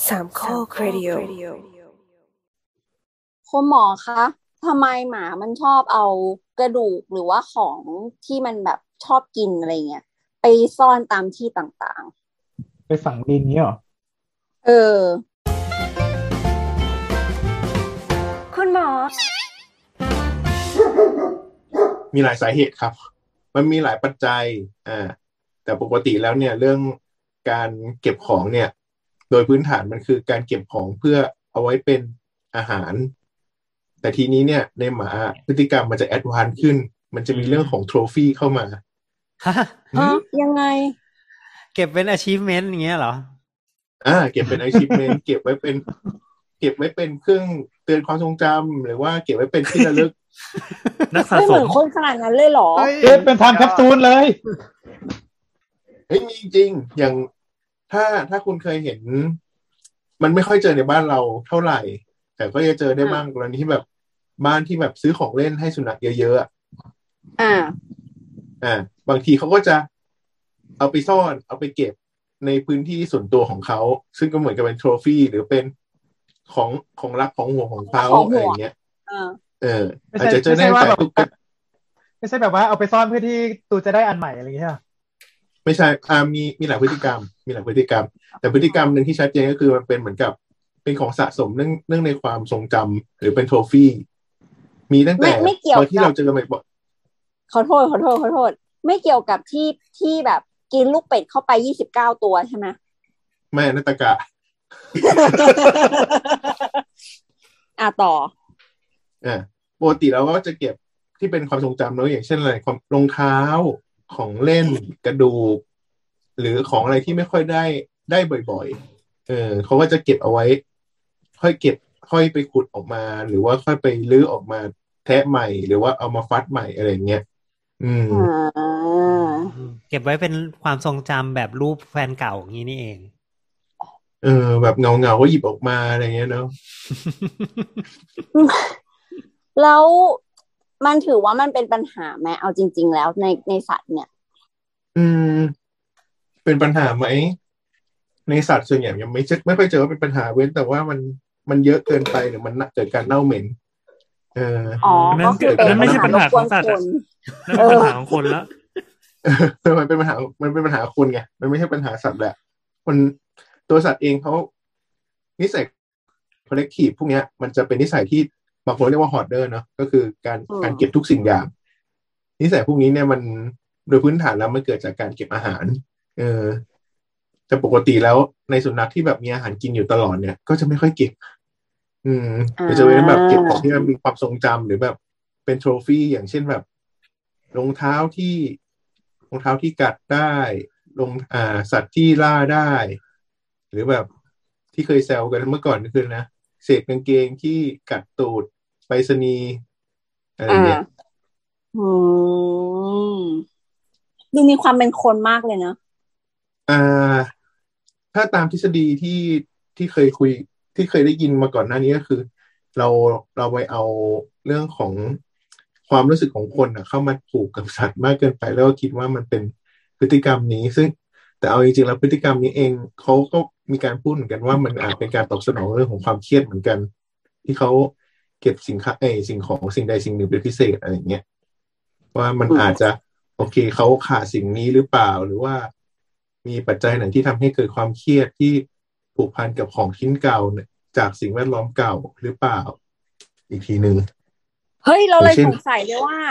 สามข้อครดิโอคุณหมอคะทำไมหมามันชอบเอากระดูกหรือว่าของที่มันแบบชอบกินอะไรเงี้ยไปซ่อนตามที่ต่างไปฝังดินเงี้ยเหรอๆคุณหมอมีหลายสาเหตุครับมันมีหลายปัจจัยแต่ปกติแล้วเนี่ยเรื่องการเก็บของเนี่ยโดยพื้นฐานมันคือการเก็บของเพื่อเอาไว้เป็นอาหารแต่ทีนี้เนี่ยในหมาพฤติกรรมมันจะแอดวานซ์ขึ้นมันจะมีเรื่องของโทรฟี่เข้ามายังไงเก็บเป็น achievement อย่างเงี้ยเหรอเก็บเป็น achievement เก็บไว้เป็นเครื่องเตือนความทรงจำหรือว่าเก็บไว้เป็นที่ระลึกนักสะสมไม่เหมือนคนขนาดนั้นเลยเหรอเป็นทำแคปซูลเลยมีจริงอย่างถ้าคุณเคยเห็นมันไม่ค่อยเจอในบ้านเราเท่าไหร่แต่ก็จะเจอได้บ้างกรณีที่แบบบ้านที่แบบซื้อของเล่นให้สุนัขเยอะๆบางทีเขาก็จะเอาไปซ่อนเอาไปเก็บในพื้นที่ส่วนตัวของเขาซึ่งก็เหมือนกับเป็นโทรฟี่หรือเป็นของรักของห่วงของเขาอะไรอย่างเงี้ยอาจจะเจอได้แต่ทุกไม่ใช่แบบว่าเอาไปซ่อนเพื่อที่ตูจะได้อันใหม่อะไรอย่างเงี้ยไม่ใช่มีหลายพฤติกรรมแต่พฤติกรรมหนึ่งที่ชัดเจนก็คือมันเป็นเหมือนกับเป็นของสะสมเนื่องในความทรงจำหรือเป็นโทรฟี่มีตั้งแต่ตอนที่เราเจอบ่อยขอโทษไม่เกี่ยวกับที่แบบกินลูกเป็ดเข้าไป29ตัวใช่ไหมไม่นัตกะต่อปกติเราก็จะเก็บที่เป็นความทรงจำเนอะอย่างเช่นอะไรรองเท้าของเล่นกระดูกหรือของอะไรที่ไม่ค่อยได้บ่อยๆเขาก็จะเก็บเอาไว้ค่อยไปขุดออกมาหรือว่าค่อยไปลื้อออกมาแทะใหม่หรือว่าเอามาฟัดใหม่อะไรเงี้ยเก็บไว้เป็นความทรงจำแบบรูปแฟนเก่าอย่างนี้นี่เองแบบเงาก็หยิบออกมาอะไรเงี้ยเนาะแล้วมันถือว่ามันเป็นปัญหาไหมเอาจริงๆแล้วในสัตว์เนี่ยเป็นปัญหาไหมในสัตว์ส่วนใหญ่ยังไม่ค่อยเจอว่าเป็นปัญหาเว้นแต่ว่ามันเยอะเกินไปหรือมันเกิดการเน่าเหม็นก็คือเป็นไม่ใช่ปัญหาของสัตว์นั่นเป็นปัญหาของคนแล้วมันเป็นปัญหาคนไงมันไม่ใช่ปัญหาสัตว์แหละคนตัวสัตว์เองเขานิสัย collective พวกนี้มันจะเป็นนิสัยที่บางคนเรียกว่า hoarder เนาะก็คือการเก็บทุกสิ่งอย่างนิสัยพวกนี้เนี่ยมันโดยพื้นฐานแล้วมันเกิดจากการเก็บอาหารแต่ปกติแล้วในสุนัขที่แบบมีอาหารกินอยู่ตลอดเนี่ยก็จะไม่ค่อยเก็บจะเป็นแบบเก็บของที่มีความทรงจำหรือแบบเป็นโทรฟี่อย่างเช่นแบบรองเท้าที่กัดได้สัตว์ที่ล่าได้หรือแบบที่เคยแซวกันเมื่อก่อนก็คือนะเศษกางเกงที่กัดตูดไปรษณีย์อะไรเงี้ยดูมีความเป็นคนมากเลยนะถ้าตามทฤษฎีที่เคยคุยที่เคยได้ยินมาก่อนหน้านี้ก็คือเราไปเอาเรื่องของความรู้สึกของคนเข้ามาผูกกับสัตว์มากเกินไปแล้วก็คิดว่ามันเป็นพฤติกรรมนี้ซึ่งแต่เอาจริงๆแล้วพฤติกรรมนี้เองเขาก็มีการพูดเหมือนกันว่ามันอาจเป็นการตอบสนองเรื่องของความเครียดเหมือนกันที่เขาเก็บสิ่งของสิ่งใดสิ่งหนึ่งเป็นพิเศษอะไรอย่างเงี้ยว่ามันอาจจะโอเคเขาขาดสิ่งนี้หรือเปล่าหรือว่ามีปัจจัยไหนที่ทำให้เกิดความเครียดที่ผูกพันกับของชิ้นเก่าจากสิ่งแวดล้อมเก่าหรือเปล่าอีกทีนึงเฮ้ยเราเลยสงสัยเลยว่า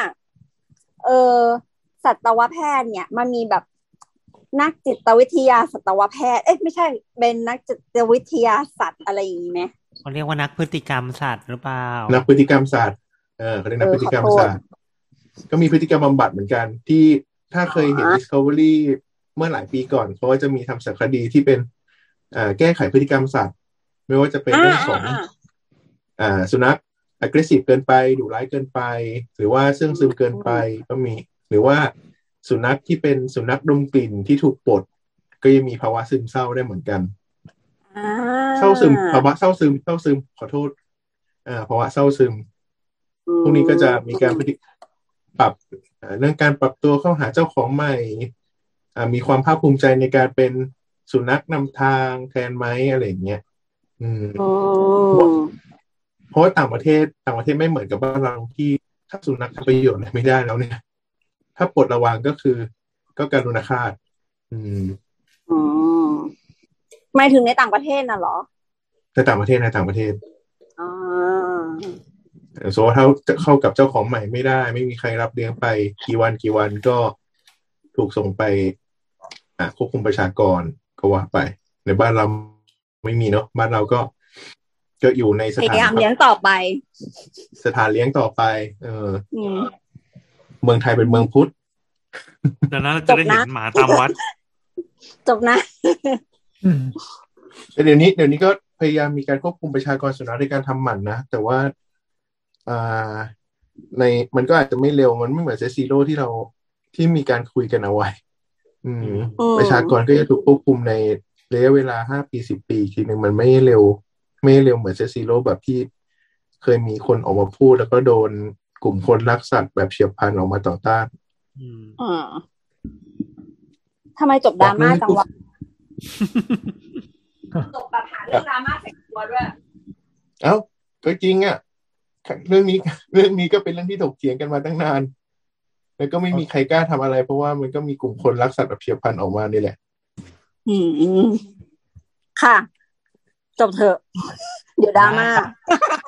สัตวแพทย์เนี่ยมันมีแบบนักจิตวิทยาสัตวแพทย์ไม่ใช่เป็นนักจิตวิทยาสัตว์อะไรอย่างนี้ไหมเขาเรียกว่านักพฤติกรรมสัตว์หรือเปล่านักพฤติกรรมสัตว์เขาเรียกนักพฤติกรรมสัตว์ก็มีพฤติกรรมบำบัดเหมือนกันที่ถ้าเคยเห็น Discovery เมื่อหลายปีก่อนเขาก็จะมีทำสารคดีที่เป็นแก้ไขพฤติกรรมสัตว์ไม่ว่าจะเป็นเรื่องของสุนัข aggressive เกินไปดุร้ายเกินไปหรือว่าเสื่องซึมเกินไปก็มีหรือว่าสุนัขที่เป็นสุนัขดมกลิ่นที่ถูกปลดก็ยังมีภาวะซึมเศร้าได้เหมือนกันเศร้าซึมภาวะเศร้าซึมขอโทษภาวะเศร้าซึมพวกนี้ก็จะมีการปรับเรื่องการปรับตัวเข้าหาเจ้าของใหม่มีความภาคภูมิใจในการเป็นสุนัขนำทางแทนไหมอะไรอย่างเงี้ยอืมอืมเพราะว่าต่างประเทศไม่เหมือนกับบ้านเราที่ถ้าสุนัขทำประโยชน์อะไรไม่ได้แล้วเนี่ย ถ้าปลดระวางก็คือก็การุณฆาตอืมอืมหมายถึงในต่างประเทศน่ะเหรอในต่างประเทศอ่าสมมติว่าถ้าเข้ากับเจ้าของใหม่ไม่ได้ไม่มีใครรับเลี้ยงไปกี่วันก็ถูกส่งไปควบคุมประชากรก็ว่าไปในบ้านเราไม่มีเนาะบ้านเราก็อยู่ในพยายามเลี้ยงต่อไปสถานเลี้ยงต่อไปเมืองไทยเป็นเมืองพุทธเดี๋ยวนั้นเราจะได้เห็นหมาตามวัดจบนะแต่เดี๋ยวนี้ก็พยายามมีการควบคุมประชากรสุนัขในการทำหมันนะแต่ว่าในมันก็อาจจะไม่เร็วมันไม่เหมือนเซซีโร่ที่มีการคุยกันเอาไว้ประชากรก็จะถูกควบคุมในระยะเวลา5 ปี10 ปีทีนึงมันไม่เร็วเหมือนเซซีโร่แบบที่เคยมีคนออกมาพูดแล้วก็โดนกลุ่มคนรักสัตว์แบบเฉียบพลันออกมาต่อต้านทำไมจบดราม่าจังวะจบแบบหาเรื่องดราม่าใส่ตัวด้วยเอ้าก็จริงอ่ะเรื่องนี้ก็เป็นเรื่องที่ถกเถียงกันมาตั้งนานแล้วก็ไม่มีใครกล้าทำอะไรเพราะว่ามันก็มีกลุ่มคนรักสัตว์แบบเฉียบพลันออกมานี่แหละค่ะจบเถอะเดี๋ยวดราม่า